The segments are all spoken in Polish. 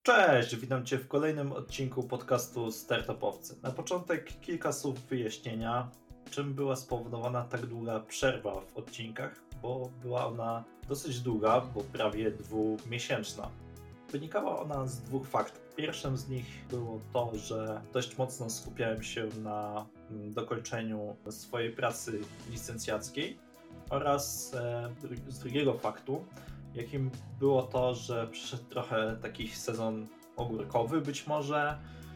Cześć, witam Cię w kolejnym odcinku podcastu Startupowcy. Na początek kilka słów wyjaśnienia, czym była spowodowana tak długa przerwa w odcinkach, bo była ona dosyć długa, bo prawie dwumiesięczna. Wynikała ona z dwóch faktów. Pierwszym z nich było to, że dość mocno skupiałem się na dokończeniu swojej pracy licencjackiej oraz z drugiego faktu, jakim było to, że przyszedł trochę taki sezon ogórkowy być może,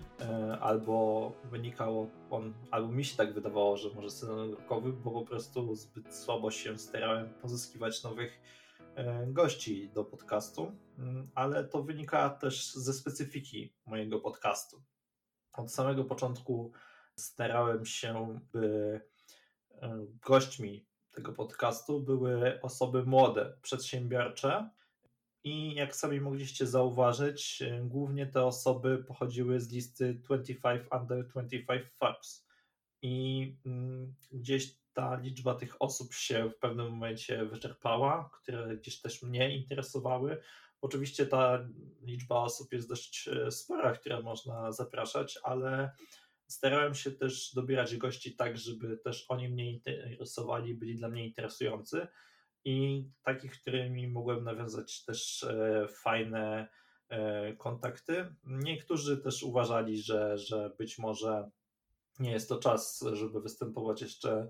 albo wynikało on, albo mi się tak wydawało, że może sezon ogórkowy, bo po prostu zbyt słabo się starałem pozyskiwać nowych gości do podcastu, ale to wynika też ze specyfiki mojego podcastu. Od samego początku starałem się, by gośćmi tego podcastu były osoby młode, przedsiębiorcze i jak sami mogliście zauważyć, głównie te osoby pochodziły z listy 25 Under 25 Firms i gdzieś ta liczba tych osób się w pewnym momencie wyczerpała, które gdzieś też mnie interesowały. Oczywiście ta liczba osób jest dość spora, które można zapraszać, ale starałem się też dobierać gości tak, żeby też oni mnie interesowali, byli dla mnie interesujący i takich, którymi mogłem nawiązać też fajne kontakty. Niektórzy też uważali, że być może nie jest to czas, żeby występować jeszcze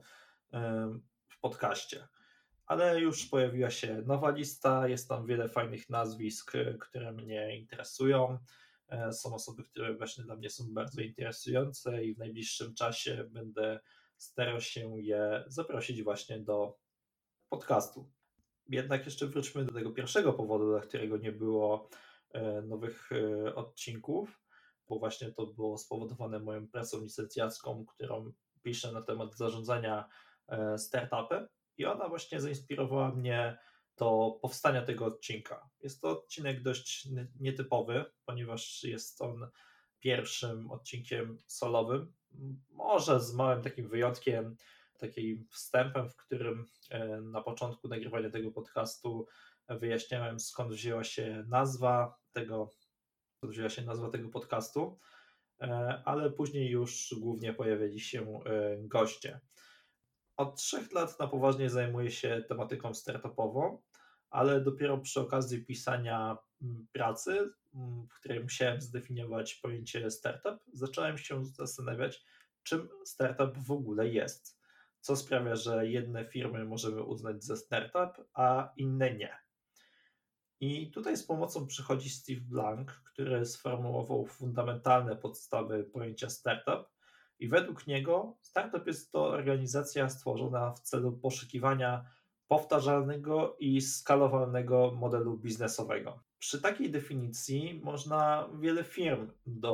w podcaście. Ale już pojawiła się nowa lista, jest tam wiele fajnych nazwisk, które mnie interesują. Są osoby, które właśnie dla mnie są bardzo interesujące i w najbliższym czasie będę starał się je zaprosić właśnie do podcastu. Jednak jeszcze wróćmy do tego pierwszego powodu, dla którego nie było nowych odcinków, bo właśnie to było spowodowane moją pracą licencjacką, którą piszę na temat zarządzania startupem i ona właśnie zainspirowała mnie do powstania tego odcinka. Jest to odcinek dość nietypowy, ponieważ jest on pierwszym odcinkiem solowym, może z małym takim wyjątkiem, takim wstępem, w którym na początku nagrywania tego podcastu wyjaśniałem, skąd wzięła się nazwa tego podcastu, ale później już głównie pojawiali się goście. Od 3 lat na poważnie zajmuję się tematyką startupową, ale dopiero przy okazji pisania pracy, w której musiałem zdefiniować pojęcie startup, zacząłem się zastanawiać, czym startup w ogóle jest. Co sprawia, że jedne firmy możemy uznać za startup, a inne nie. I tutaj z pomocą przychodzi Steve Blank, który sformułował fundamentalne podstawy pojęcia startup i według niego startup jest to organizacja stworzona w celu poszukiwania powtarzalnego i skalowalnego modelu biznesowego. Przy takiej definicji można wiele firm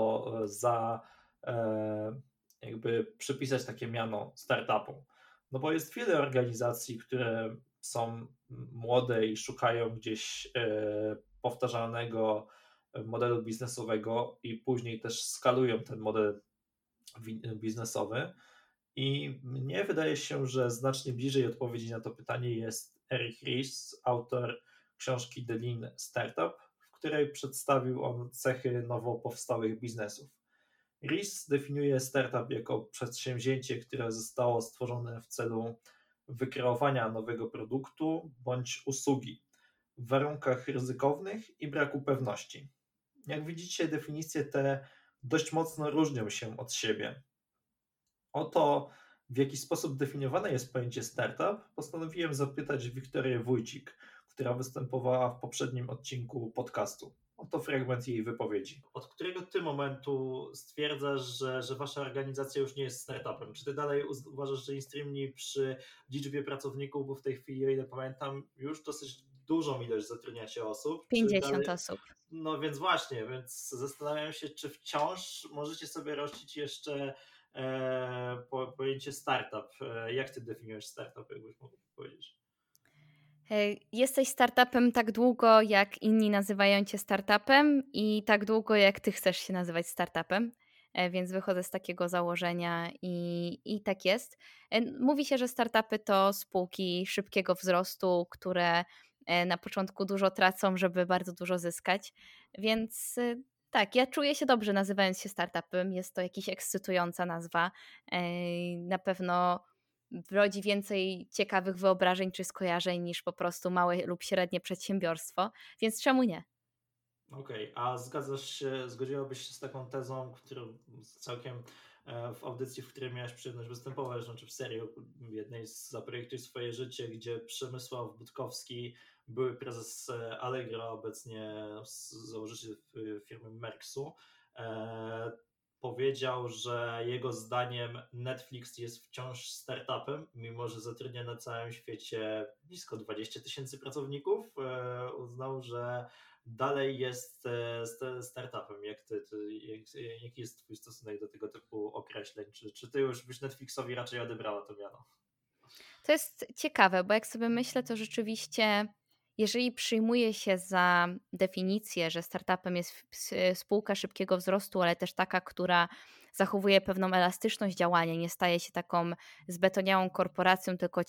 jakby przypisać takie miano startupu. No bo jest wiele organizacji, które są młode i szukają gdzieś powtarzalnego modelu biznesowego i później też skalują ten model biznesowy. I mnie wydaje się, że znacznie bliżej odpowiedzi na to pytanie jest Eric Ries, autor książki The Lean Startup, w której przedstawił on cechy nowo powstałych biznesów. Ries definiuje startup jako przedsięwzięcie, które zostało stworzone w celu wykreowania nowego produktu bądź usługi w warunkach ryzykownych i braku pewności. Jak widzicie, definicje te dość mocno różnią się od siebie. O to, w jaki sposób definiowane jest pojęcie startup, postanowiłem zapytać Wiktorię Wójcik, która występowała w poprzednim odcinku podcastu. Oto fragment jej wypowiedzi. Od którego ty momentu stwierdzasz, że wasza organizacja już nie jest startupem? Czy ty dalej uważasz, że Instreamly przy liczbie pracowników, bo w tej chwili, o ile pamiętam, już dosyć dużą ilość zatrudniacie osób? 50 osób. No więc właśnie, więc zastanawiam się, czy wciąż możecie sobie rościć jeszcze pojęcie startup. Jak ty definiujesz startup, jakbyś mógł powiedzieć? Jesteś startupem tak długo, jak inni nazywają cię startupem i tak długo, jak ty chcesz się nazywać startupem. Więc wychodzę z takiego założenia i tak jest. Mówi się, że startupy to spółki szybkiego wzrostu, które na początku dużo tracą, żeby bardzo dużo zyskać. Więc Tak, ja czuję się dobrze nazywając się startupem. Jest to jakaś ekscytująca nazwa. Na pewno rodzi więcej ciekawych wyobrażeń czy skojarzeń niż po prostu małe lub średnie przedsiębiorstwo, więc czemu nie? Okej, a zgodziłabyś się z taką tezą, którą całkiem w audycji, w której miałeś przyjemność występować, znaczy w serii jednej z Zaprojektuj swoje życie, gdzie Przemysław Budkowski, były prezes Allegro, obecnie założyciel firmy Merksu, e, powiedział, że jego zdaniem Netflix jest wciąż startupem, mimo że zatrudnia na całym świecie blisko 20 000 pracowników. Uznał, że dalej jest startupem. Jaki jest twój stosunek do tego typu określeń? Czy ty już byś Netflixowi raczej odebrała to miano? To jest ciekawe, bo jak sobie myślę, to rzeczywiście, jeżeli przyjmuje się za definicję, że startupem jest spółka szybkiego wzrostu, ale też taka, która zachowuje pewną elastyczność działania, nie staje się taką zbetoniałą korporacją, tylko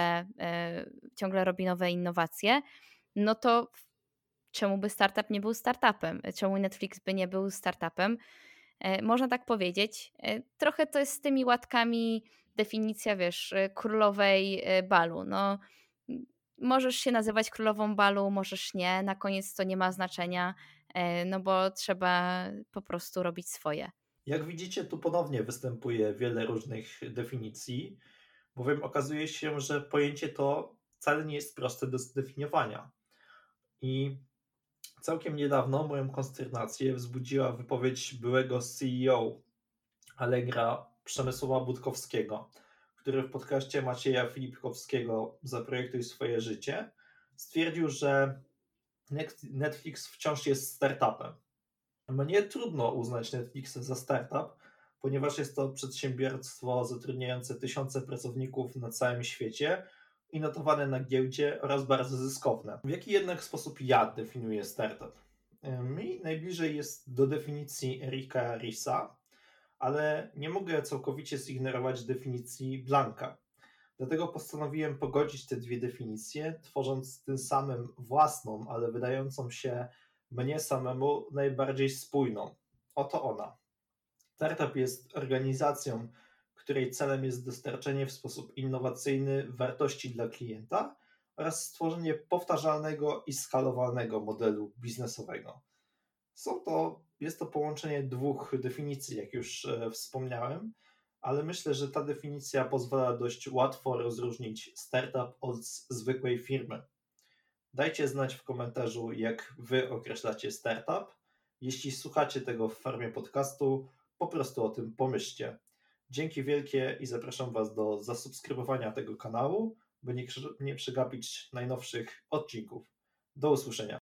ciągle robi nowe innowacje, no to czemu by startup nie był startupem? Czemu Netflix by nie był startupem? Można tak powiedzieć. Trochę to jest z tymi łatkami definicja, wiesz, królowej balu. No, możesz się nazywać królową balu, możesz nie. Na koniec to nie ma znaczenia, no bo trzeba po prostu robić swoje. Jak widzicie, tu ponownie występuje wiele różnych definicji, bowiem okazuje się, że pojęcie to wcale nie jest proste do zdefiniowania. I całkiem niedawno moją konsternację wzbudziła wypowiedź byłego CEO Allegra Przemysława Budkowskiego, który w podcaście Macieja Filipkowskiego Zaprojektuj swoje życie stwierdził, że Netflix wciąż jest startupem. Mnie trudno uznać Netflix za startup, ponieważ jest to przedsiębiorstwo zatrudniające tysiące pracowników na całym świecie i notowane na giełdzie oraz bardzo zyskowne. W jaki jednak sposób ja definiuję startup? Mi najbliżej jest do definicji Erika Risa, ale nie mogę całkowicie zignorować definicji Blanka. Dlatego postanowiłem pogodzić te dwie definicje, tworząc tym samym własną, ale wydającą się mnie samemu najbardziej spójną. Oto ona. Startup jest organizacją, której celem jest dostarczenie w sposób innowacyjny wartości dla klienta oraz stworzenie powtarzalnego i skalowalnego modelu biznesowego. Jest to połączenie dwóch definicji, jak już wspomniałem, ale myślę, że ta definicja pozwala dość łatwo rozróżnić startup od zwykłej firmy. Dajcie znać w komentarzu, jak wy określacie startup. Jeśli słuchacie tego w formie podcastu, po prostu o tym pomyślcie. Dzięki wielkie i zapraszam was do zasubskrybowania tego kanału, by nie przegapić najnowszych odcinków. Do usłyszenia.